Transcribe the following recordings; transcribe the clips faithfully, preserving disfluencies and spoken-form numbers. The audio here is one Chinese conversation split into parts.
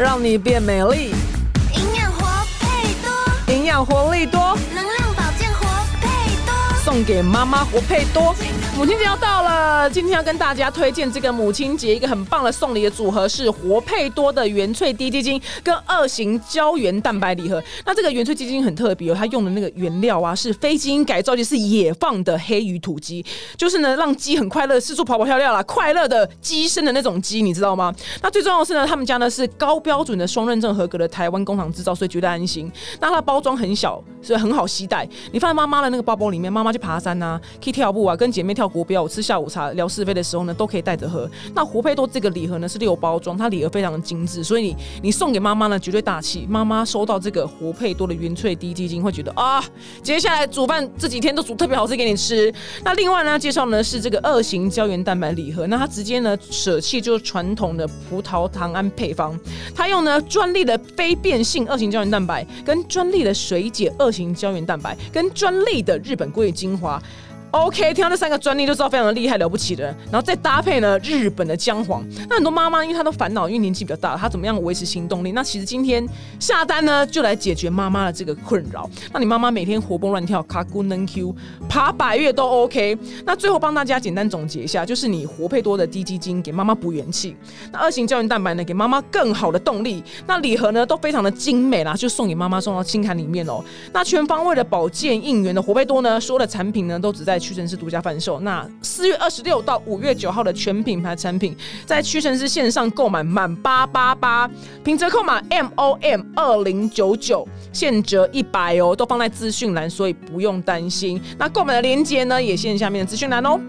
让你变美丽， 营养活配多， 营养活力多， 能量保健活配多， 送给妈妈活配多。母亲节要到了，今天要跟大家推荐这个母亲节一个很棒的送礼的组合是活配多的原萃滴鸡精跟二型胶原蛋白礼盒。那这个原萃鸡精很特别哦，它用的那个原料啊是非基因改造，就是野放的黑羽土鸡，就是呢让鸡很快乐四处跑跑跳跳啦，快乐的鸡生的那种鸡，你知道吗？那最重要的是呢，他们家呢是高标准的双认证合格的台湾工厂制造，所以绝对安心。那它的包装很小，所以很好携带。你放在妈妈的那个包包里面，妈妈去爬山啊，去跳步啊，跟姐妹跳国标，吃下午茶聊是非的时候呢，都可以带着喝。那活配多这个礼盒呢是六包装，它礼盒非常的精致，所以你你送给妈妈呢绝对大气。妈妈收到这个活配多的原萃滴鸡精，会觉得啊，接下来煮饭这几天都煮特别好吃给你吃。那另外呢，介绍呢是这个二型胶原蛋白礼盒，那它直接呢舍弃就是传统的葡萄糖胺配方，它用呢专利的非变性二型胶原蛋白，跟专利的水解二型胶原蛋白，跟专利的日本龟乳精华。OK， 听到这三个专利就知道非常的厉害了不起的，然后再搭配呢日本的姜黄。那很多妈妈因为她都烦恼，因为年纪比较大，她怎么样维持行动力？那其实今天下单呢，就来解决妈妈的这个困扰。那你妈妈每天活蹦乱跳，卡咕能 Q， 爬百岳都 OK。那最后帮大家简单总结一下，就是你活配多的滴鸡精给妈妈补元气，那二型胶原蛋白呢给妈妈更好的动力。那礼盒呢都非常的精美啦，就送给妈妈送到心坎里面哦。那全方位的保健应援的活配多呢，所有的产品呢都只在屈臣氏独家贩售。那四月二十六到五月九号的全品牌产品，在屈臣氏线上购买满八八八，凭折扣码 M O M 二零九九，现折一百哦，都放在资讯栏，所以不用担心。那购买的链接呢，也现下面的资讯栏哦。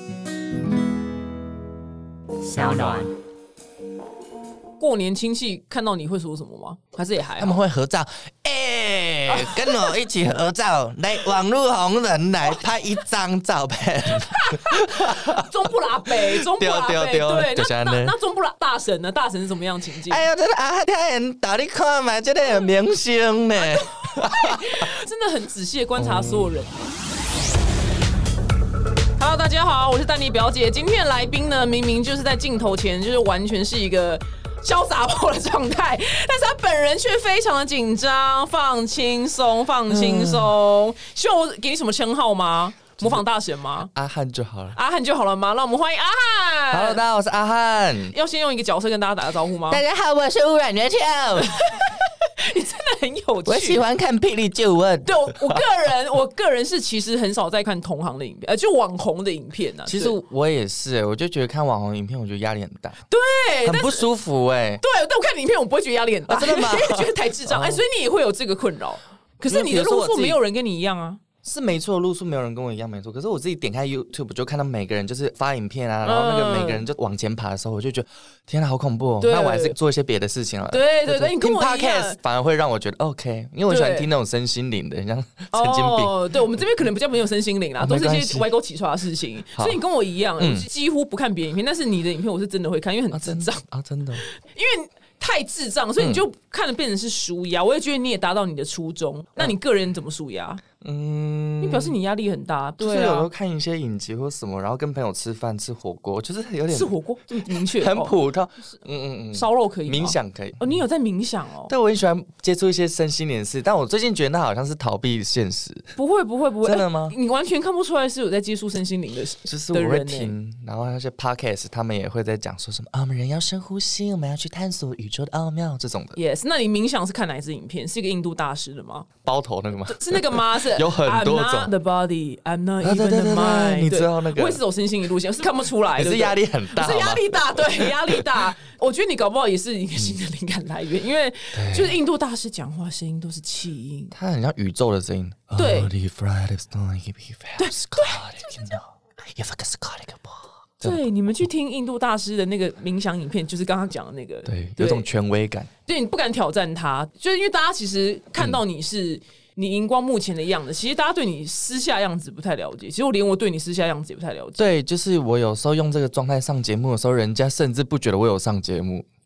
小暖。 过年亲戚看到你会说什么吗？还是也还好？ 他们会合照，哎、欸，跟我一起合照，来网络红人来拍一张照片。 中部拉北，中部拉北，对对， 就是那那那中部拉大神呢？大神是什么样的情境？ 哎呀，这个啊，天人到你看嘛，这个明星呢， 真的很仔细的观察所有人。Hello， 大家好，我是丹妮表姐。今天的来宾呢，明明就是在镜头前，就是完全是一个潇洒爆的状态，但是他本人却非常的紧张。放轻松，放轻松。希望我给你什么称号吗？模仿大神吗？ 阿汉就好了， 阿汉就好了吗？让我们欢迎阿汉。 Hello， 大家好，我是阿汉。 要先用一个角色跟大家打个招呼吗？ 大家好，我是污染月球。 你真的很有趣， 我喜欢看霹雳救问。 对，我我个人，我个人是其实很少在看同行的影片，呃，就网红的影片啊。 其实我也是，我就觉得看网红影片，我觉得压力很大， 对， 很不舒服哎、欸。 对，但我看影片，我不会觉得压力很大， 啊、真的吗？ 因为觉得太智障哎、欸，所以你也会有这个困扰。可是你的路数没有人跟你一样啊。 是没错，路数没有人跟我一样没错。可是我自己点开 YouTube 就看到每个人就是发影片啊，然后那个每个人就往前爬的时候，我就觉得天哪，好恐怖哦！那我还是做一些别的事情了。 对对对，你跟我一样。 听 Podcast 反而会让我觉得 OK， 因为我喜欢听那种身心灵的，像神经病。 哦，对，我们这边可能比较没有身心灵啦， 哦、 都是一些歪沟起床的事情。所以你跟我一样，嗯、我几乎不看别人影片，但是你的影片我是真的会看，因为很智障啊，真的， 因为。太智障，所以你就看了变成是舒压。我也觉得你也达到你的初衷。那你个人怎么舒压？嗯，你表示你压力很大，对啊。 就是有时候看一些影集或什么，然后跟朋友吃饭吃火锅，就是有点吃火锅这么明确， 很普通。嗯嗯嗯， 烧肉可以吗？ 冥想可以。 哦，你有在冥想哦？ 对，我很喜欢接触一些身心灵的事，但我最近觉得那好像是逃避现实。 不会不会不会， 真的吗？ 你完全看不出来是有在接触身心灵的， 就是我会听，然后那些 podcast 他们也会在讲说什么啊，我们人要深呼吸，我们要去探索宇宙的奥妙这种的。 Yes， 那你冥想是看哪一支影片？是一个印度大师的吗？ 包头那个吗？ 是那个吗？是有很多种。 I'm not the body, I'm not even the mind。 你知道那个？ 我也是走身心灵路线，我是看不出来的。 你是压力很大， 是压力大，对，压力大。我觉得你搞不好也是一个新的灵感来源，因为就是印度大师讲话声音都是气音， 它很像宇宙的声音。 对。对，你们去听印度大师的那个冥想影片，就是刚刚讲的那个， 对，有种权威感。 对，你不敢挑战他，就是因为大家其实看到你是、嗯、你荧光幕前的样子，其实大家对你私下样子不太了解。其实我连我对你私下样子也不太了解。 对，就是我有时候用这个状态上节目的时候，人家甚至不觉得我有上节目。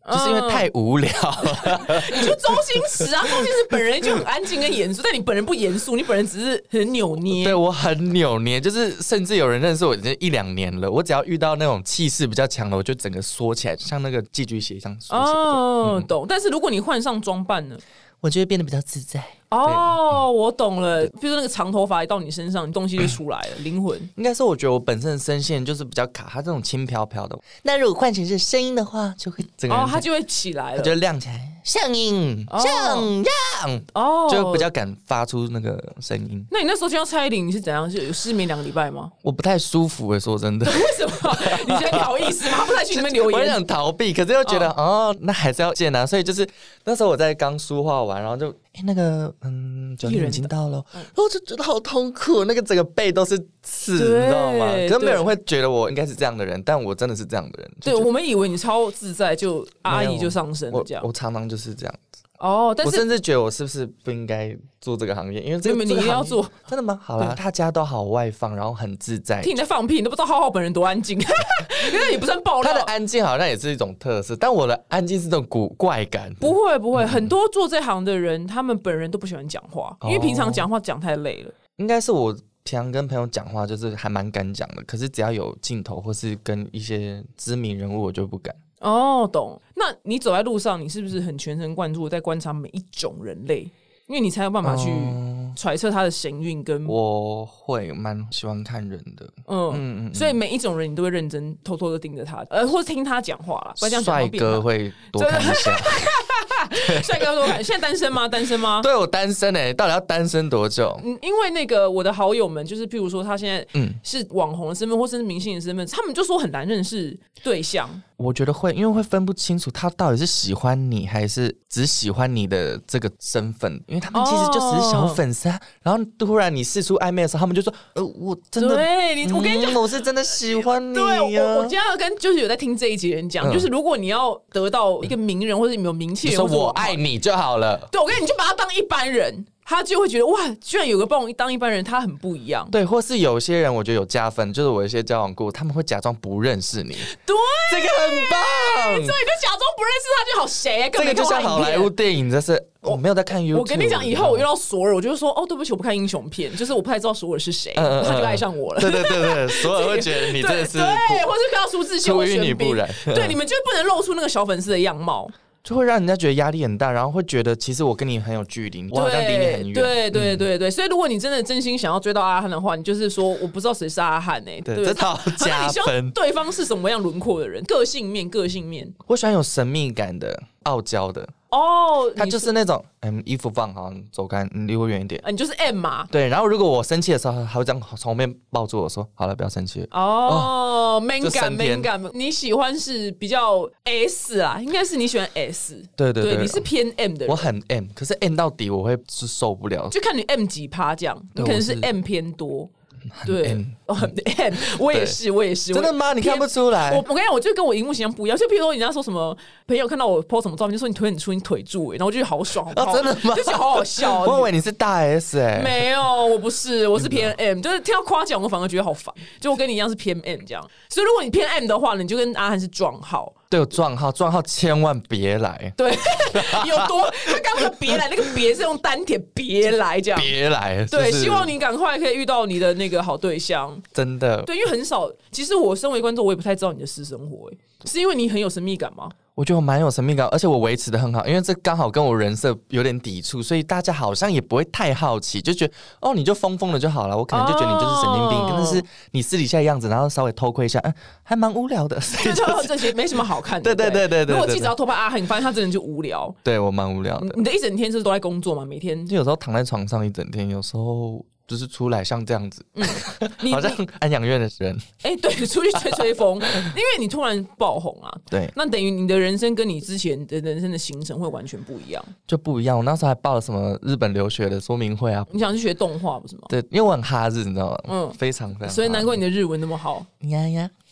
就是因为太无聊了。 你就周星驰啊，周星驰本人就很安静跟严肃，但你本人不严肃，你本人只是很扭捏。 对，我很扭捏，就是甚至有人认识我已经一两年了，我只要遇到那种气势比较强的，我就整个缩起来，像那个寄居蟹一样缩起来。 哦，嗯、懂。但是如果你换上装扮呢？ 我觉得变得比较自在。 哦，我懂了。比如说那个长头发一到你身上，东西就出来了，灵魂。 应该说，我觉得我本身的声线就是比较卡，它这种轻飘飘的。那如果换成是声音的话，就会整个人哦，它就会起来了， 它就亮起来，像音像样哦， 就比较敢发出那个声音。 那你那时候听到蔡依林，你是怎样？是有失眠两个礼拜吗？ 我不太舒服诶、欸，说真的。 为什么？你觉得你好意思吗？他不在群里面留言， 我很想逃避，可是又觉得 哦, 哦，那还是要见啊。所以就是那时候我在刚梳化完，然后就哎、欸、那个嗯，九点已经到了，然后我就觉得好痛苦，那个整个背都是刺，你知道吗？可是没有人会觉得我应该是这样的人，但我真的是这样的人。 对，我们以为你超自在，就阿姨就上身了这样。 我, 我常常就是这样子。 哦，但是我甚至觉得我是不是不应该做这个行业，因为这个你一定要做， 真的吗？好啦，大家都好外放，然后很自在。 听你在放屁，你都不知道浩浩本人多安静，因为你不算爆料。 他的安静好像也是一种特色，但我的安静是这种古怪感。 不会不会，嗯、很多做这行的人，他们本人都不喜欢讲话，因为平常讲话讲太累了。 应该是我平常跟朋友讲话就是还蛮敢讲的，可是只要有镜头或是跟一些知名人物，我就不敢。 哦，懂。那你走在路上，你是不是很全神贯注在观察每一种人类？因为你才有办法去揣测他的神韵跟。 我会蛮喜欢看人的，嗯嗯嗯， 所以每一种人你都会认真偷偷的盯着他，呃，或者听他讲话啦。 帅哥会多看一下。 帅哥多看。现在单身吗？单身吗？ 对，我单身哎、欸，到底要单身多久？ 嗯，因为那个我的好友们，就是譬如说他现在是网红的身份，或是明星的身份，他们就说很难认识对象。 我觉得会，因为会分不清楚他到底是喜欢你还是只喜欢你的这个身份，因为他们其实就只是小粉丝啊。哦、然后突然你释出暧昧的时候，他们就说：“呃，我真的， 对你，我跟你讲、 嗯，我是真的喜欢你、啊。” 对，我我今天要跟就是有在听这一集人讲、嗯，就是如果你要得到一个名人或者有名气人， 你说我爱你就好了。 对，我跟你，你就把他当一般人。他就会觉得哇，居然有个帮我当一般人，他很不一样。 对，或是有些人我觉得有加分，就是我一些交往过，他们会假装不认识你。 对， 这个很棒。 这个假装不认识他就好谁、啊？ 这个就像好莱坞电影，这是我没有在看 YouTube。 我跟你讲，以后我遇到索尔，我就会说哦，对不起，我不看英雄片，就是我不太知道索尔是谁，嗯嗯嗯他就爱上我了。 对对对对，索尔会觉得你真的是对，对，或是看到苏志燮、 出淤泥不染。 对，你们就不能露出那个小粉丝的样貌。 就会让人家觉得压力很大，然后会觉得其实我跟你很有距离，我好像离你很远。 对对对对，所以如果你真的真心想要追到阿汉的话，你就是说我不知道谁是阿汉哎、欸， 对，对这套加分。 对方是什么样轮廓的人，个性面，个性面。 我喜欢有神秘感的、傲娇的。 哦， 他就是那种嗯，衣服放好，走开，你离我远一点。 啊，你就是 M 嘛。 对，然后如果我生气的时候，他会这样从后面抱住我说：“好了，不要生气。” 哦 ，man 感 man 感，你喜欢是比较 S 啊，应该是你喜欢 S。 对对 对, 对，你是偏 M 的人。 我很 M， 可是 M 到底我会是受不了， 就看你 M 几趴这样，你可能是 M 偏多。对，哦，很 M， 我也是，我也是。 真的吗？你看不出来？ 我我跟你讲，我就跟我荧幕形象不一样。就譬如说，人家说什么朋友看到我 po 什么照片，就说你腿很粗，你腿住哎，然后我就觉得好爽，好哦，真的吗？ 就觉得好好笑。 我以为你是大 S 哎、欸， 没有，我不是，我是偏 M， 就是听到夸奖我反而觉得好烦。就我跟你一样是偏 M 这样，所以如果你偏 M 的话呢，你就跟阿汉是撞号。 对，有撞号，撞号千万别来。 对，有多他刚刚别来，那个别是用单点别来这样， 别来。 对，希望你赶快可以遇到你的那个好对象。 真的， 对，因为很少。其实我身为观众，我也不太知道你的私生活、欸，是因为你很有神秘感吗？ 我觉得我蛮有神秘感，而且我维持的很好，因为这刚好跟我人设有点抵触，所以大家好像也不会太好奇，就觉得哦，你就疯疯的就好了。我可能就觉得你就是神经病，哦、但是你私底下的样子，然后稍微偷窥一下，嗯，还蛮无聊的。所以、就是、 这些没什么好看的。 对对对对 对, 对。 如果记者要偷拍阿汉，你发现他真的就无聊。 对我蛮无聊的。 你的一整天是都在工作吗？每天？ 就有时候躺在床上一整天，有时候。就是出来像这样子，嗯、好像安养院的人。 哎、欸，对，出去吹吹风，因为你突然爆红啊， 对， 那等于你的人生跟你之前的人生的行程会完全不一样， 就不一样。我那时候还报了什么日本留学的说明会啊， 你想去学动画不是吗？ 对，因为我很哈日，你知道吗？嗯，非常非常， 所以难怪你的日文那么好。 呀呀。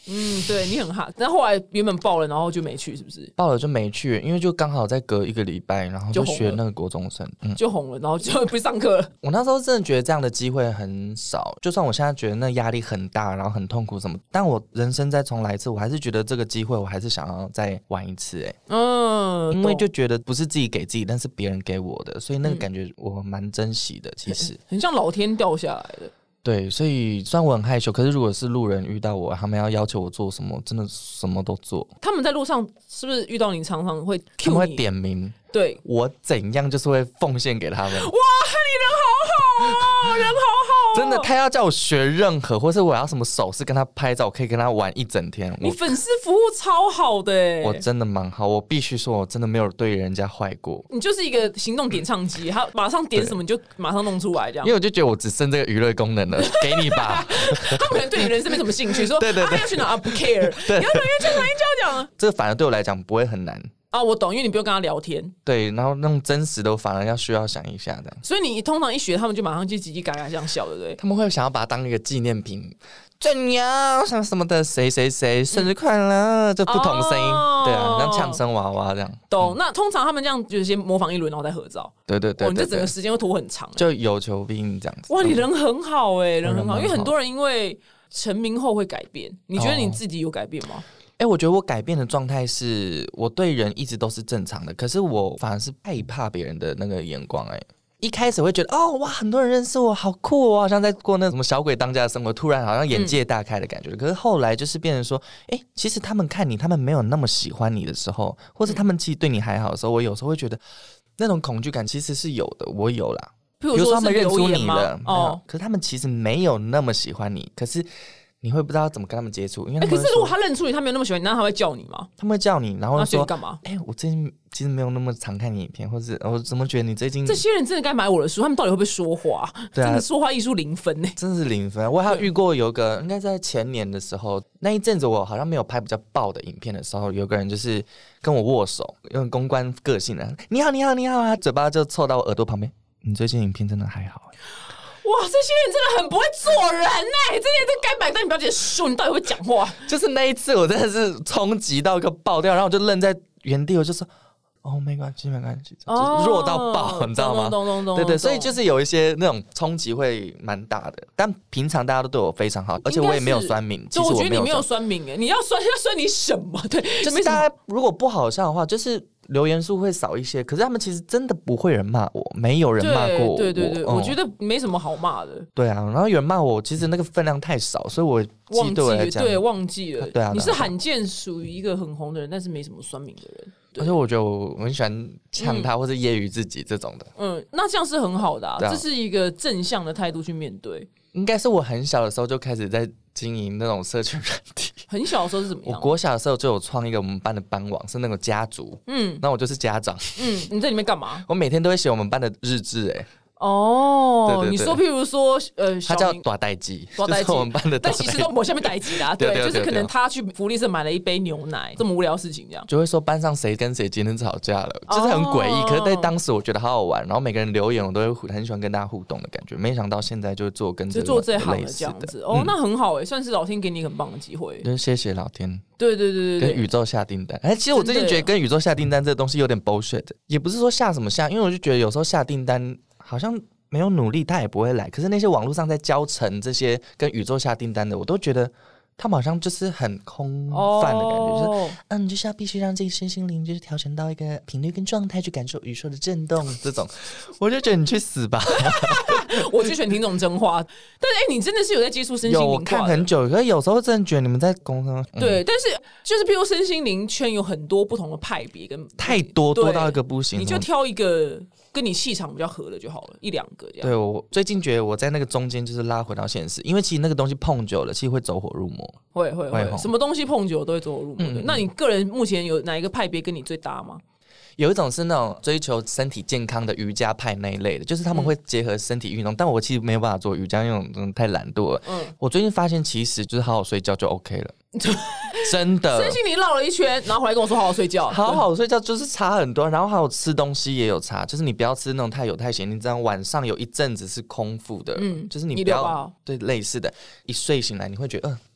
嗯，对你很哈，但后来原本报了，然后就没去，是不是？ 报了就没去，因为就刚好在隔一个礼拜，然后就学那个国中生，嗯， 就红了，然后就不上课了。 我那时候真的觉得这样的机会很少，就算我现在觉得那压力很大，然后很痛苦什么，但我人生再重来一次，我还是觉得这个机会，我还是想要再玩一次、欸，哎，嗯，因为就觉得不是自己给自己，但是别人给我的，所以那个感觉我蛮珍惜的，其实、嗯、 很像老天掉下来的。 对，所以虽然我很害羞，可是如果是路人遇到我，他们要要求我做什么，真的什么都做。他们在路上是不是遇到你常常会 cue 你？ 他们会点名， 对我怎样就是会奉献给他们。哇，你人好好哦，人好好、哦， 真的，他要叫我学任何，或是我要什么手势跟他拍照，我可以跟他玩一整天。 你粉丝服务超好的哎， 我真的蛮好，我必须说，我真的没有对人家坏过。 你就是一个行动点唱机，他马上点什么你就马上弄出来这样。 因为我就觉得我只剩这个娱乐功能了，给你吧。 他们可能对你人生没什么兴趣，说对对对，啊、要去哪、啊、不 care， 你要哪边去哪边交讲啊。 这个反而对我来讲不会很难。 啊，我懂，因为你不用跟他聊天。 对，然后那种真实的，我反而要需要想一下的。 所以你通常一学，他们就马上就叽叽嘎嘎这样笑，对不对？ 他们会想要把它当一个纪念品，怎样什么什么的，谁谁谁生日快乐，就不同声音，哦、对啊，像呛声娃娃这样。 懂、嗯。那通常他们这样就是先模仿一轮，然后再合照。 对对 对, 對, 對, 對, 對， 哦、你这整个时间会拖很长， 就有求必应这样子。 哇，你人很好哎、欸，人很好，因为很多人因为成名后会改变，你觉得你自己有改变吗？哦哎、欸，我觉得我改变的状态是我对人一直都是正常的，可是我反而是害怕别人的那个眼光、欸。哎，一开始会觉得哦哇，很多人认识我，好酷哦，好像在过那什么小鬼当家的生活，突然好像眼界大开的感觉。嗯、可是后来就是变成说，哎、欸，其实他们看你，他们没有那么喜欢你的时候，或者他们其实对你还好的时候，我有时候会觉得那种恐惧感其实是有的，我有啦。 比如说他们认出你了， 哦， 可是他们其实没有那么喜欢你，可是。你会不知道怎么跟他们接触，因为他们、 欸、可是如果他认出你，他没有那么喜欢你，那他会叫你吗？ 他们会叫你，然后说干嘛？ 哎、欸，我最近其实没有那么常看你影片，或是我怎么觉得你最近这些人真的该买我的书？他们到底会不会说话？对啊，真的说话艺术零分呢、欸， 真的是零分。我还有遇过有个，应该在前年的时候，那一阵子我好像没有拍比较爆的影片的时候，有个人就是跟我握手，用公关个性的，你好，你好，你好啊，嘴巴就凑到我耳朵旁边，你最近影片真的还好、欸。 哇，这些人真的很不会做人哎、欸！这些人该买单你不要结束，你到底会讲话？ 就是那一次，我真的是冲击到一个爆掉，然后我就愣在原地，我就说：“哦，没关系，没关系。”就弱到爆，你知道吗？ 咚咚咚， 对对，所以就是有一些那种冲击会蛮大的，但平常大家都对我非常好，而且我也没有酸民。其实我觉得你没有酸民哎、欸，你要酸要酸你什么？对， 就是大家如果不好笑的话，就是留言数会少一些，可是他们其实真的不会有人骂我，没有人骂过我。 对对对，嗯、我觉得没什么好骂的。 对啊，然后有人骂我，其实那个分量太少，所以我忘记了，对，忘记了。 对啊， 你是罕见属于一个很红的人，但是没什么酸民的人。 而且我觉得我很喜欢呛他、嗯、或者揶揄自己这种的。嗯， 那这样是很好的、啊啊，这是一个正向的态度去面对。 应该是我很小的时候就开始在经营那种社群软体。 很小的时候是怎么样？ 我国小的时候就有创一个我们班的班网，是那个家族。嗯，那我就是家长。 嗯，你在里面干嘛？ 我每天都会写我们班的日志、欸，哎。 哦，對對對，你说譬如说，呃， 他叫大代誌， 大代誌， 我们班的， 但其实都某下面代誌啦，对，就是可能他去福利社买了一杯牛奶，这么无聊的事情，这样就会说班上谁跟谁今天吵架了，就是很诡异。可是在当时我觉得好好玩，然后每个人留言我都会很喜欢跟大家互动的感觉。没想到现在就做跟这个就做这行的这样子，哦，那很好哎，算是老天给你很棒的机会。 就是谢谢老天。 对对对对， 跟宇宙下订单。哎，其实我最近觉得跟宇宙下订单这个东西有点 bullshit， 也不是说下什么下，因为我就觉得有时候下订单好像没有努力，他也不会来。可是那些网络上在教程这些跟宇宙下订单的，我都觉得他们好像就是很空泛的感觉，哦、就是嗯，你就是要必须让自己身心灵就是调整到一个频率跟状态，去感受宇宙的震动。这种，我就觉得你去死吧！ 我就选听这种真话。但是哎、欸，你真的是有在接触身心灵？ 有，我看很久，可是有时候真的觉得你们在工商、 嗯、对，但是就是譬如身心灵圈有很多不同的派别，跟太多多到一个不行， 你就挑一个跟你气场比较合的就好了，一两个这样。 对，我最近觉得我在那个中间就是拉回到现实，因为其实那个东西碰久了，其实会走火入魔。 会会会，什么东西碰久都会走火入魔的、嗯。那你个人目前有哪一个派别跟你最搭吗？ 有一种是那种追求身体健康的瑜伽派那一类的，就是他们会结合身体运动、嗯，但我其实没有办法做瑜伽，因为我真的太懒惰了。嗯，我最近发现其实就是好好睡觉就 OK 了。真的， 身心灵绕了一圈，然后回来跟我说好好睡觉， 好好睡觉就是差很多。然后还有吃东西也有差，就是你不要吃那种太油太咸。你这样晚上有一阵子是空腹的，嗯，就是你不要对类似的，一睡醒来你会觉得，嗯、呃，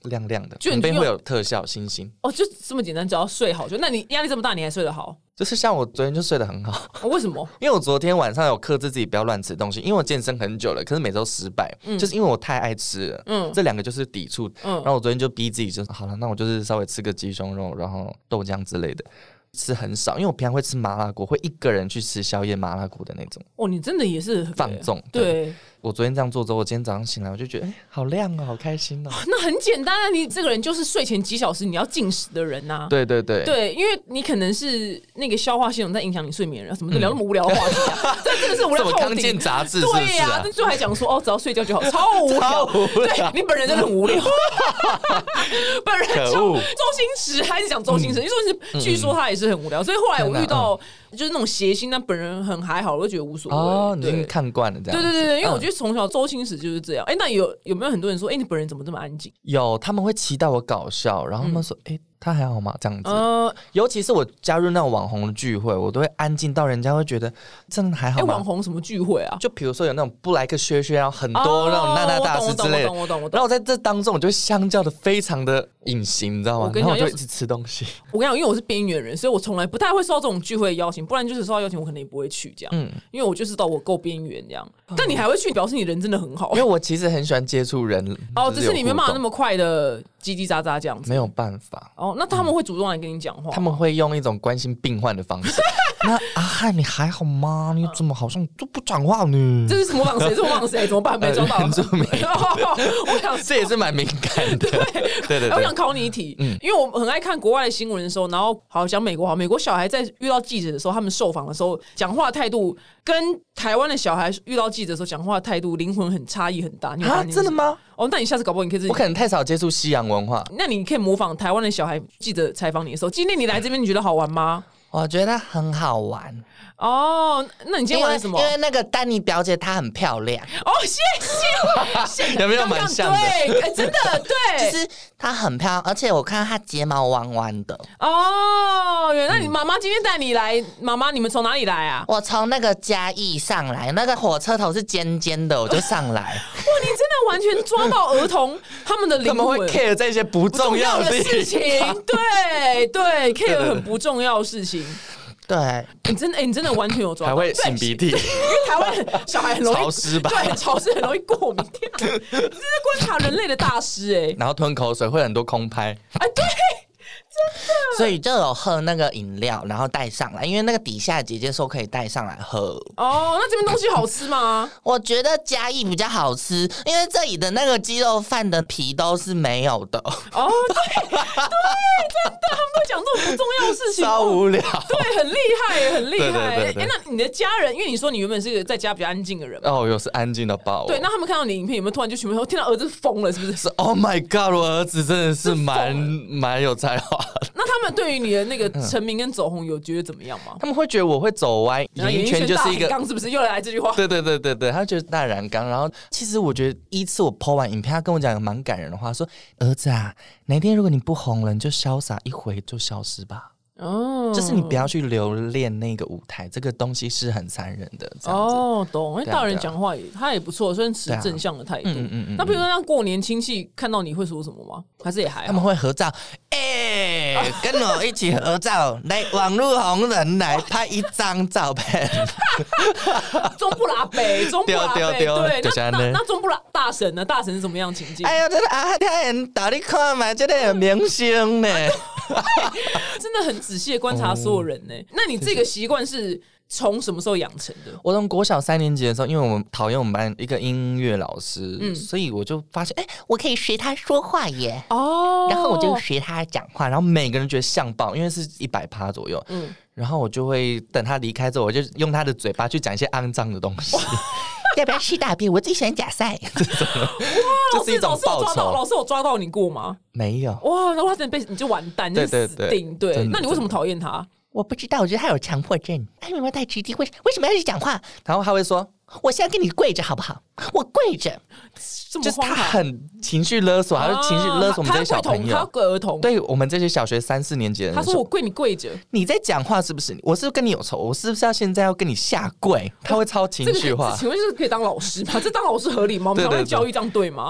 亮亮的，旁边会有特效星星。 哦，就这么简单，只要睡好就。那你压力这么大，你还睡得好？ 就是像我昨天就睡得很好、 哦，为什么？ 因为我昨天晚上有克制自己不要乱吃东西，因为我健身很久了，可是每周失败，嗯、就是因为我太爱吃了，嗯，这两个就是抵触，嗯，然后我昨天就逼自己就好了，那我就是稍微吃个鸡胸肉，然后豆浆之类的。吃很少，因为我平常会吃麻辣锅，会一个人去吃宵夜麻辣锅的那种。 哦，你真的也是放纵。 对，对我昨天这样做之后，我今天早上醒来，我就觉得，哎、欸，好亮哦，好开心哦。 那很简单啊，你这个人就是睡前几小时你要进食的人呐、啊。 对对对， 对，因为你可能是那个消化系统在影响你睡眠人，什么都聊那么无聊的话题啊，这、嗯、真的是无聊透顶。 什么康健杂志是不是、啊？ 对呀、啊，那最后还讲说哦，只要睡觉就好，超无聊。对你本人真的很无聊。本人就周星驰还是讲周星驰，因为周星驰据说他也是很无聊，所以后来。我遇到就是那种谐星，但本人很还好，我就觉得无所谓。 哦，你已经看惯了这样。 对对对对，因为我觉得从小周星驰就是这样。哎、欸，那有有没有很多人说，哎、欸，你本人怎么这么安静？ 有，他们会期待我搞笑，然后他们说，哎、嗯。欸他还好吗？这样子，呃，尤其是我加入那种网红的聚会，我都会安静到人家会觉得真的还好吗？ 哎、欸，网红什么聚会啊？ 就比如说有那种布莱克薛薛，然后很多那种娜娜大师之类的， 我懂我懂我懂。 然后我在这当中，我就会相较的非常的隐形，你知道吗？ 我跟你讲， 然后我就一直吃东西。 我跟你讲，因为我是边缘人，所以我从来不太会收到这种聚会的邀请，不然就是收到邀请，我可能也不会去这样。嗯，因为我就知道我够边缘这样。嗯、但你还会去，表示你人真的很好。 因为我其实很喜欢接触人。 哦，只是你没办法那么快的叽叽喳喳这样子。 没有办法。 哦，那他们会主动来跟你讲话？ 他们会用一种关心病患的方式。那阿汉，你还好吗？你怎么好像都不讲话呢？ 这是模仿谁？这是模仿谁？怎么办？没抓到。 原住民。 我想这也是蛮敏感的。对对对。 我想考你一题，嗯，因为我很爱看国外的新闻的时候，然后好讲美国好，美国小孩在遇到记者的时候，他们受访的时候讲话态度跟台湾的小孩遇到记者的时候讲话态度灵魂很差异很大。 啊，真的吗？ 哦，那你下次搞不好你可以自己。 我可能太少接触西洋文化。 那你可以模仿台湾的小孩记者采访你的时候，今天你来这边，你觉得好玩吗？ 我觉得很好玩哦。那你今天玩什么？ 因为那个丹妮表姐她很漂亮哦，谢谢。 有没有蛮像的？ 对、欸，真的对， 就是她很漂亮，而且我看她睫毛弯弯的。 哦，原来你妈妈今天带你来，妈妈你们从哪里来啊？ 我从那个嘉义上来，那个火车头是尖尖的，我就上来。 哇，你真的完全抓到儿童他们的灵魂， 他们会 care 这些不重要的事情，对对 ，care 很不重要的事情。 对， 你真的、欸，你真的完全有抓到， 还会擤鼻涕，因为台湾小孩很容易潮湿吧？ 对，潮湿很容易过敏。天啊，你真是观察人类的大师哎、欸！ 然后吞口水会很多空拍， 哎，对。真的， 所以就有喝那个饮料，然后带上来，因为那个底下的姐姐说可以带上来喝。 哦，那这边东西好吃吗？ 我觉得嘉义比较好吃，因为这里的那个鸡肉饭的皮都是没有的。 哦，对对，真的，他们都讲这种不重要的事情， 超无聊。 哦、对，很厉害，很厉害。 对对对对。 哎，那你的家人，因为你说你原本是个在家比较安静的人嘛， 哦，又是安静的爆。 对，那他们看到你影片，有没有突然就全部说，听到儿子疯了，是不是？ 是 ，Oh my God， 我儿子真的是蛮蛮有才华的。 那他们对于你的那个成名跟走红有觉得怎么样吗？ 他们会觉得我会走歪，演艺圈就是一个刚是不是又来这句话？ 对对对对对，他觉得大染缸。然后其实我觉得依次我 po 完影片，他跟我讲一个蛮感人的话，说儿子啊，哪天如果你不红了，你就潇洒一回就消失吧。哦，就是你不要去留恋那个舞台，这个东西是很残忍的。这样子哦，懂。因为大人讲话也他也不错，虽然持正向的态度。嗯嗯嗯。那比如说像过年亲戚看到你会说什么吗？还是也还好？ 他们会合照，哎、欸，跟我一起合照，来网络红人来拍一张照片。 中部拉北，中部拉北，对，那那那中部拉大神呢？大神是什么样情境？ 哎呀，这个啊，天人到底看嘛，这个明星呢？ 真的很仔细的观察所有人呢、欸。那你这个习惯是从什么时候养成的？ 我从国小三年级的时候，因为我们讨厌我们班一个音乐老师，嗯、所以我就发现，哎、欸，我可以学他说话耶。哦，然后我就学他讲话，然后每个人觉得像爆，因为是一百趴左右。嗯，然后我就会等他离开之后，我就用他的嘴巴去讲一些肮脏的东西。要不要吃大便？我最喜欢假赛。这种哇，就是一种报酬。 老师有抓到你过吗？ 没有。 哇，那他真的被你就完蛋，你就死定。对, 对, 对，那你为什么讨厌他？ 我不知道，我觉得他有强迫症。他有没有太直接？为为什么要去讲话？然后他会说：“我现在跟你跪着好不好？我跪着。”就是他很情绪勒索，他就情绪勒索我们这些小朋友。 他跪儿童， 对我们这些小学三四年级的人， 他说：“我跪你跪着。”你在讲话是不是？我是不是跟你有仇？我是不是要现在要跟你下跪？他会超情绪化。 这个、请问就是可以当老师吗？这当老师合理吗？我们台湾教育这样对吗？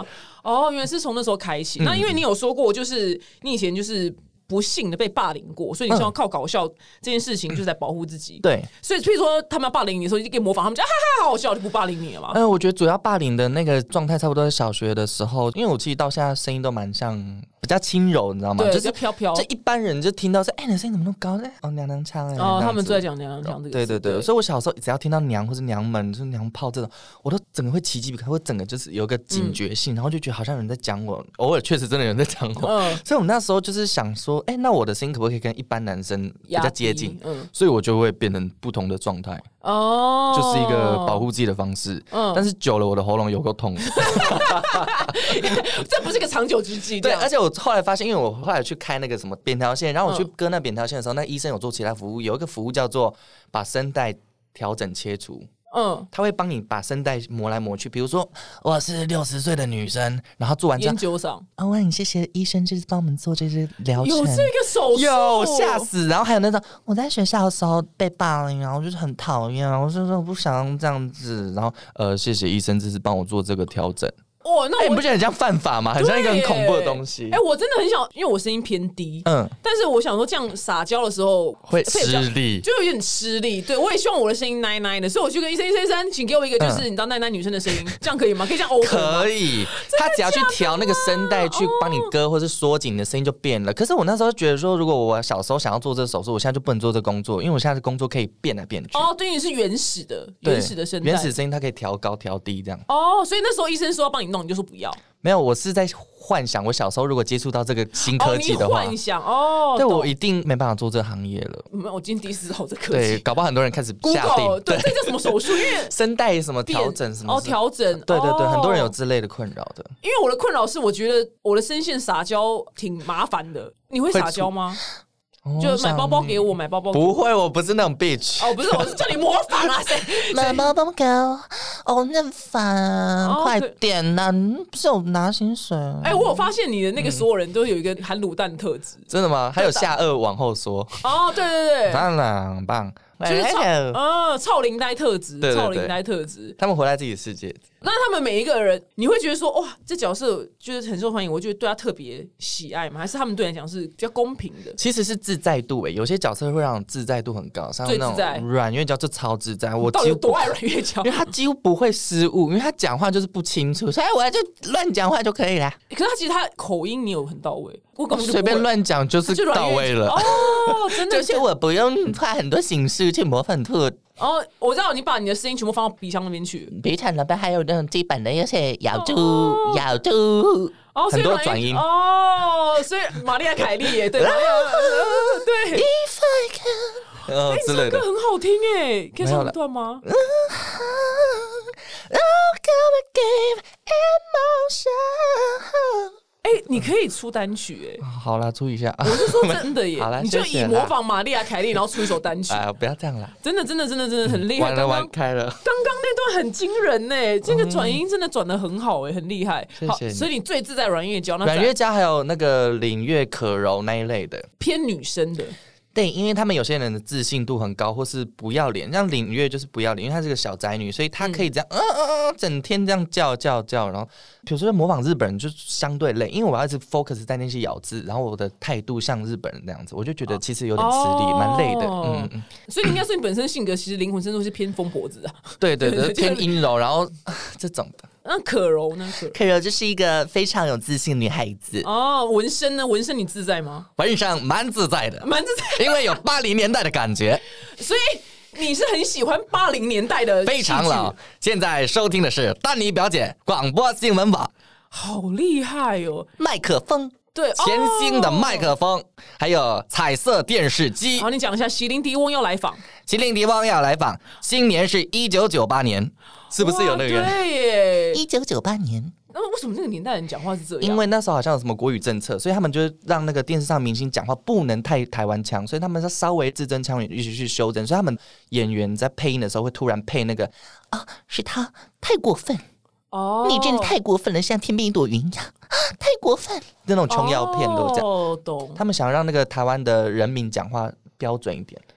哦，原来是从那时候开启。嗯、那因为你有说过，就是你以前就是不幸的被霸凌过，所以你想要靠搞笑这件事情就是在保护自己。 对， 所以譬如说他们要霸凌你的时候，就可以模仿他们，就哈哈好好笑，就不霸凌你了嘛。 嗯，我觉得主要霸凌的那个状态差不多在小学的时候，因为我其实到现在声音都蛮像比较轻柔，你知道吗？ 对， 就是飘飘。 就一般人就听到说，哎、欸，你的声音怎么那么高？哦，娘娘腔哎。 哦，他们都在讲娘娘腔这个。 对对对，所以我小时候只要听到娘或是娘们、就是娘炮这种，我都整个会起鸡皮疙瘩，我整个就是有个警觉性，嗯、然后就觉得好像有人在讲我，偶尔确实真的有人在讲我。嗯，所以我们那时候就是想说，哎、欸，那我的声音可不可以跟一般男生比较接近？嗯，所以我就会变成不同的状态。哦，就是一个保护自己的方式。嗯，但是久了我的喉咙有够痛。 这不是个长久之计。 对，而且我后来发现，因为我后来去开那个什么扁桃腺，然后我去割那扁桃腺的时候，那医生有做其他服务，有一个服务叫做把声带调整切除。嗯，他会帮你把声带磨来磨去。比如说，我是六十岁的女生，然后做完这样， 研究上啊，我很谢谢医生，就是帮我们做这些疗程。 有这个手术， 有吓死。然后还有那种我在学校的时候被霸凌，然后就是很讨厌，我就说我不想这样子。然后呃，谢谢医生，这是帮我做这个调整。哦，那我、欸、你不觉得很像犯法吗？很像一个很恐怖的东西。 哎、欸，我真的很想，因为我声音偏低，嗯，但是我想说这样撒娇的时候会吃力， 就有点吃力。对，我也希望我的声音奶奶的，所以我去跟医生，医生医生，请给我一个就是、嗯、你知道奶奶女生的声音，这样可以吗？可以这样 over 吗？ 可以，他只要去调那个声带去帮你割或是缩紧，你的声音就变了。可是我那时候觉得说，如果我小时候想要做这个手术，我现在就不能做这个工作，因为我现在的工作可以变来变去。 哦，对，你是原始的，原始的声带， 原始声音它可以调高调低这样。 哦，所以那时候医生说要帮你弄，你就说不要。 没有，我是在幻想，我小时候如果接触到这个新科技的话， 哦、你幻想哦， 对，我一定没办法做这个行业了。 没有，我今天第一次知道这科技， 对，搞不好很多人开始下定， 对，这叫什么手术？因为声带什么调整什么哦，调整， 对对对， 哦、 很多人有之类的困扰的。 因为我的困扰是，我觉得我的声线撒娇挺麻烦的。你会撒娇吗？就买包包给我，买包包给我。 不会，我不是那种 bitch。 哦，不是，我是叫你模仿啊！谁买包包给我？哦，那很烦啊！哦、快点呐、啊！你不是有拿薪水、啊？ 哎、欸，我有发现你的那个所有人都有一个含卤蛋的特质、嗯。 真的吗？还有下颚往后缩。 哦，对对对， 当然很棒。 就是操呃操灵呆特质，操灵呆特质， 他们活在自己的世界。 那他们每一个人，你会觉得说哇，这角色就是很受欢迎，我觉得对他特别喜爱吗？还是他们对你来讲是比较公平的？ 其实是自在度诶、欸，有些角色会让自在度很高，像那种阮月娇就超自在。我到底有多爱阮月娇？ 因为他几乎不会失误，因为他讲话就是不清楚，所以我就乱讲话就可以啦。 可是他其实他口音你有很到位，我根本就随便乱讲就是到位了。 哦，真的， 就是我不用花很多形式去模仿特。 哦，我知道你把你的声音全部放到鼻腔那边去， 鼻腔那边还有那种基本的一些咬住、哦、咬住，哦，很多转音哦，所以玛丽亚凯莉耶，对，玛丽亚，对 ，If I can， 哦，之类的， 这歌很好听哎，可以唱一段吗？嗯 Oh, come and give emotion。 哎、欸，你可以出单曲哎、欸， 好啦，出一下。 我是说真的耶， 好啦， 你就以模仿玛丽亚凯莉，然后出一首单曲。 哎，不要这样啦， 真的，真的，真的，真的很厉害。 玩了，玩开了。 刚刚那段很惊人呢、欸，这个转音真的转得很好哎、欸，很厉害。 谢谢你。 所以你最自在阮月娇， 阮月娇还有那个领月可柔那一类的， 偏女生的。 对，因为他们有些人的自信度很高，或是不要脸，像领月就是不要脸，因为她是个小宅女，所以她可以这样，嗯嗯嗯，整天这样叫叫叫，然后比如说模仿日本人就相对累，因为我要一直 focus 在那些咬字，然后我的态度像日本人那样子，我就觉得其实有点吃力，蛮、哦、累的，嗯嗯。 所以应该是你本身性格其实灵魂深处是偏疯婆子啊， 对对对，偏阴柔，然后这种的。 那可柔呢？可柔可柔就是一个非常有自信的女孩子哦。纹身呢？纹身你自在吗？ 纹身蛮自在的， 蛮自在， 因为有八零年代的感觉。 所以你是很喜欢八零年代的， 非常老。现在收听的是丹妮表姐广播新闻网， 好厉害哦！ 麦克风。 对， 全新的麦克风、哦，还有彩色电视机。 好，你讲一下，席琳迪翁要来访。 席琳迪翁要来访，新年是一九九八年，是不是有那个？ 对耶， 一九九八年。 那为什么那个年代人讲话是这样？ 因为那时候好像有什么国语政策，所以他们就让那个电视上明星讲话不能太台湾腔，所以他们是稍微字正腔圆，一起去修正。所以他们演员在配音的时候会突然配那个啊，是他太过分。哦，你真的太过分了，像天边一朵云一样，太过分！那种琼瑶片都这样。哦，懂。他们想让那个台湾的人民讲话标准一点。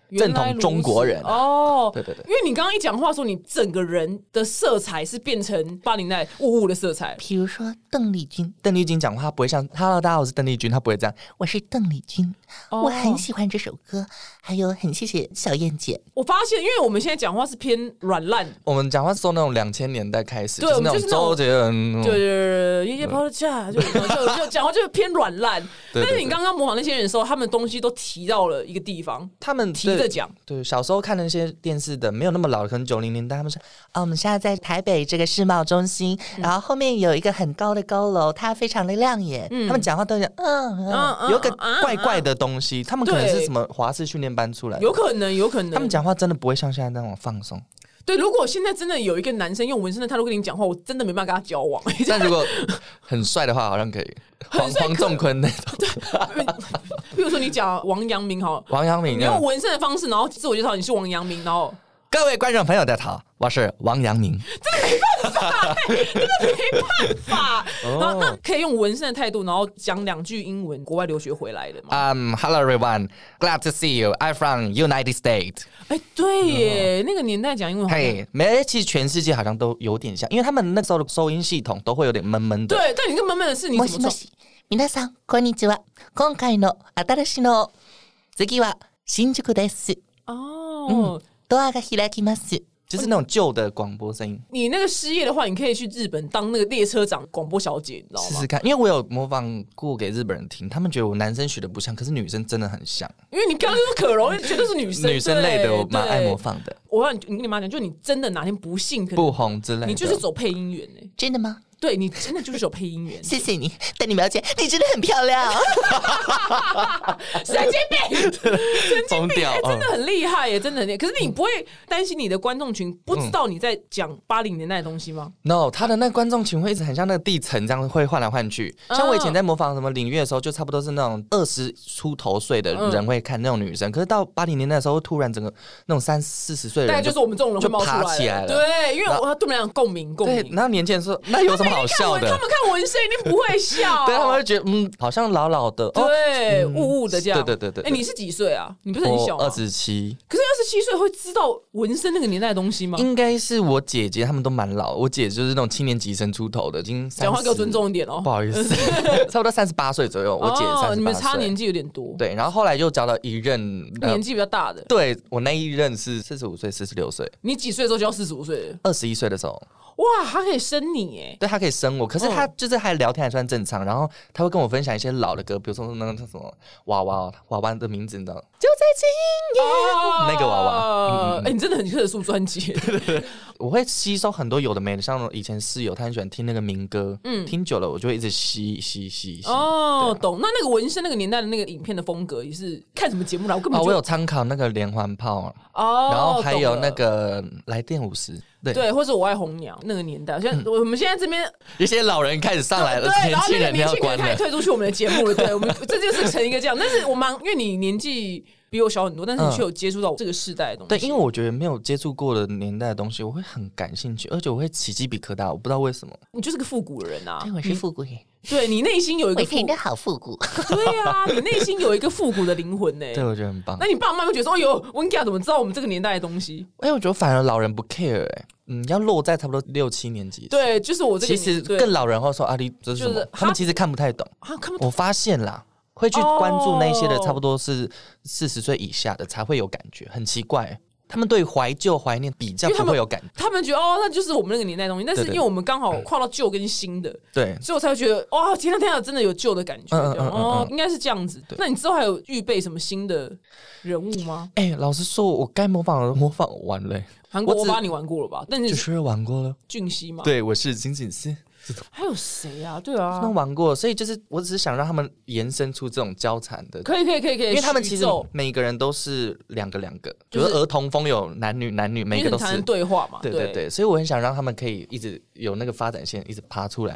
正统中国人哦。 对对对， 因为你刚刚一讲话说，你整个人的色彩是变成八零年代雾雾的色彩。 比如说邓丽君， 邓丽君讲话不会像 “Hello， 大家好，我是邓丽君”，她不会这样。 我是邓丽君，哦、我很喜欢这首歌，还有很谢谢小燕姐。 我发现，因为我们现在讲话是偏软烂， 我们讲话是从那种两千年代开始， 对， 就是那种周杰伦， 对对对，夜夜抛的架，就就就讲话就是偏软烂。但是你刚刚模仿那些人的时候，他们东西都提到了一个地方， 他们提着讲。 对，小时候看那些电视的，没有那么老的，可能九零年代，他们说啊，我们现在在台北这个世贸中心，嗯、然后后面有一个很高的高楼，它非常的亮眼。 嗯、他们讲话都讲嗯嗯，嗯有个怪怪的东西，嗯、他们可能是什么华视训练班出来的， 有可能，有可能。 他们讲话真的不会像现在那种放松。 对，如果现在真的有一个男生用纹身的态度跟你讲话，我真的没办法跟他交往。 但如果很帅的话，好像可以。黄黄仲坤那种， 对，比如说你讲王阳明好， 王阳明， 你用纹身的方式，然后自我介绍你是王阳明，然后各位观众朋友大家好，我是王阳明。 真的没办法、欸，真的没办法。哦、然后那可以用纹身的态度，然后讲两句英文，国外留学回来的嘛。 Um, hello everyone, glad to see you. I'm from United States. 哎、欸，对耶，哦、那个年代讲英文好像， 嘿，没，其实全世界好像都有点像，因为他们那时候的收音系统都会有点闷闷的。 对，但你跟闷闷的是你怎么做？ 皆さんこんにちは。今回の新しいの次は新宿です。 哦、 嗯，ドアが開きます。 就是那种旧的广播声音。 你那个失业的话，你可以去日本当那个列车长、广播小姐，你知道吗？ 试试看，因为我有模仿过给日本人听，他们觉得我男生学的不像，可是女生真的很像。 因为你刚刚就是可柔，绝对是女生女生类的，我蛮爱模仿的。 我要你跟你妈讲，就你真的哪天不幸不红之类的， 你就是走配音员哎、欸， 真的吗？ 对，你真的就是走配音员。 谢谢你，但你了解，你真的很漂亮。 神经病，神经病、欸，真的很厉害耶，真的很厉害。可是你不会担心你的观众群不知道你在讲八零年代的东西吗 ？No， 他的那个观众群会一直很像那个地层这样会换来换去。像我以前在模仿什么领域的时候，就差不多是那种二十出头岁的人会看那种女生，嗯、可是到八零年代的时候，突然整个那种三四十岁的人， 大概就是我们这种人会冒出来就爬起来了。 对，因为我对我们俩共鸣共鸣。 然后年轻人说，那有什么好笑的？ 他们看纹身一定不会笑， 对，他们会觉得嗯，好像老老的， 对， 哦、 雾雾的这样。 对对对对。 哎、欸，你是几岁啊？你不是很小吗？ 二十七。 可是二十七岁会知道纹身那个年代的东西吗？ 应该是我姐姐，他们都蛮老。我姐就是那种七年级生出头的，已经讲话给我尊重一点哦。 不好意思，差不多三十八岁左右。我姐三十八岁， 你们差年纪有点多。 对，然后后来又交到一任、 呃、年纪比较大的。 对，我那一任是四十五岁、四十六岁。 你几岁的时候交四十五岁？ 二十一岁的时候。 哇，他可以生你耶！ 对，他可以生我，可是他就是还聊天还算正常，然后他会跟我分享一些老的歌，比如说那个什么娃娃，娃娃的名字你知道？就在今夜，哦、那个娃娃。 哎、嗯欸，你真的很适合出专辑。 我会吸收很多有的没的，像以前室友他很喜欢听那个民歌，嗯，听久了我就会一直吸吸吸吸。 哦，啊、懂。那那个纹身那个年代的那个影片的风格，也是看什么节目啦？我根本就、 哦、我有参考那个连环炮， 哦， 然后还有那个来电五十。对, 对，或者我爱红娘那个年代，现在、嗯、我们现在这边一些老人开始上来了， 对， 年轻人要关了，开始退出去我们的节目了。对，我们这就是成一个这样。但是我蛮，因为你年纪比我小很多，但是你却有接触到这个世代的东西。 对，因为我觉得没有接触过的年代的东西，我会很感兴趣，而且我会起鸡皮疙瘩，我不知道为什么。 你就是个复古的人啊！ 对，我是复古人。 对，你内心有一个复古， 的好复古。 对啊，你内心有一个复古的灵魂呢、欸。 对，我觉得很棒。 那你爸妈会觉得说：“哎呦，温家怎么知道我们这个年代的东西？” 哎，我觉得反而老人不 care 哎、欸，嗯，要落在差不多六七年级。 对，就是我这个。 其实更老人后说：“阿、啊、丽这是什么？”就是、他们其实看不太懂。啊，看不懂。我发现啦，会去关注那些的，差不多是四十岁以下的才会有感觉，很奇怪、欸。他们对怀旧怀念比较不会有感觉， 他们觉得哦，那就是我们那个年代的东西。但是因为我们刚好跨到旧跟新的， 对， 所以我才会觉得哇，天啊天啊，真的有旧的感觉。嗯嗯嗯嗯哦，应该是这样子。那你之后还有预备什么新的人物吗？ 哎、欸，老实说，我该模仿的模仿完了、欸。 韩国我把你玩过了吧？但是就是玩过了。 俊熙嘛， 对，我是金景熙。 还有谁啊？对啊， 都玩过，所以就是我只是想让他们延伸出这种交缠的， 可以可以可以可以， 因为他们其实每个人都是两个两个，就是儿童风有男女男女，每个都是对话嘛， 对对对，所以我很想让他们可以一直有那个发展线，一直爬出来的。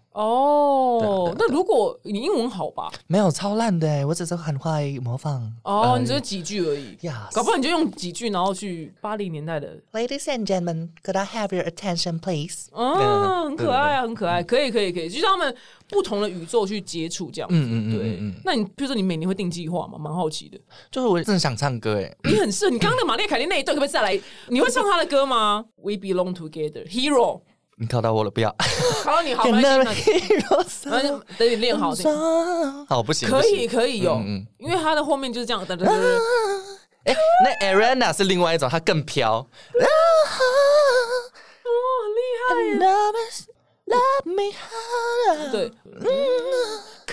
哦，那如果你英文好吧？ 没有超烂的哎，我只是很会模仿。 哦，你只是几句而已。 Yes. 搞不好你就用几句，然后去八零年代的。 Ladies and gentlemen, could I have your attention, please? 哦，很可爱啊，很可爱，可以可以可以，就是他们不同的宇宙去接触这样子。嗯嗯对。嗯那你比如说你每年会定计划吗？蛮好奇的。 就是我真的想唱歌哎， 你很适合。你刚刚那个玛丽凯莉那一段可不可以再来？你会唱她的歌吗 ？We belong together, hero。 你考到我了，不要。 考到你好，没关系。等你练好。 好，不行。 可以，可以有，嗯、因为它的后面就是这样。等等等。 哎，那 Ariana 是另外一种，它更飘。哦， 很厉害。 Love me harder. 对。可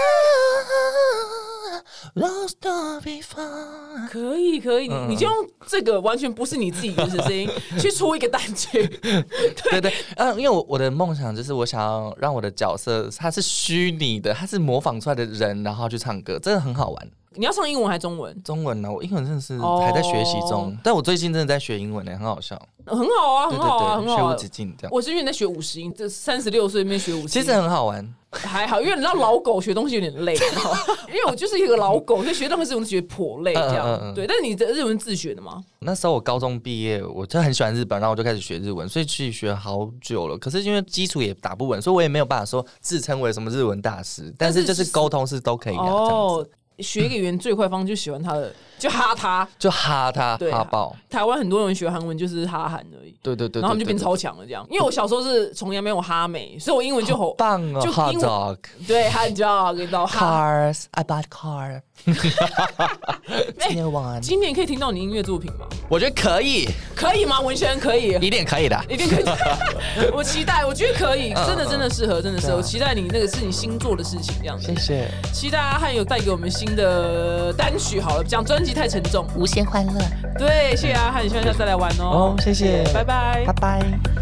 以，可以，可以，嗯、你就用这个完全不是你自己的声音去出一个单曲。 对对，嗯，因为我我的梦想就是我想要让我的角色他是虚拟的，他是模仿出来的人，然后去唱歌，真的很好玩。 你要唱英文还是中文？ 中文呢、啊，我英文真的是还在学习中，哦、但我最近真的在学英文呢、欸，很好笑。 很好啊，很好啊， 对对对很好、啊。 学无止境这样。 我是因为在学五十音，这三十六岁里面学五十音， 其实很好玩。 还好，因为你知道老狗学东西有点累，因为我就是一个老狗，所以学任何事情都觉得颇累这样。嗯嗯嗯对，但是你的日文自学的吗？ 那时候我高中毕业，我就很喜欢日本，然后我就开始学日文，所以去学好久了。可是因为基础也打不稳，所以我也没有办法说自称为什么日文大师。但是就是沟通是都可以的。哦， 学一个语言最快方式就喜欢他的，就哈他， 就哈他，哈爆。 台湾很多人学韩文就是哈韩而已， 对对 对, 對， 然后他们就变超强了这样。因为我小时候是崇洋媚外哈美，所以我英文就好棒哦， 就 hot dog， 对 hot dog， 你知道 cars I bought car 今年晚今年可以听到你音乐作品吗？ 我觉得可以， 可以吗？文轩可以， 一定可以的， 一定可以。我期待，我觉得可以，真的真的适合，真的适合。我期待你那个是你新做的事情，这样子。 谢谢。 期待阿汉有带给我们新的单曲，好了，讲专辑太沉重， 无限欢乐。 对，谢谢阿汉，希望下次再来玩哦。 哦，谢谢， 拜拜， 拜拜。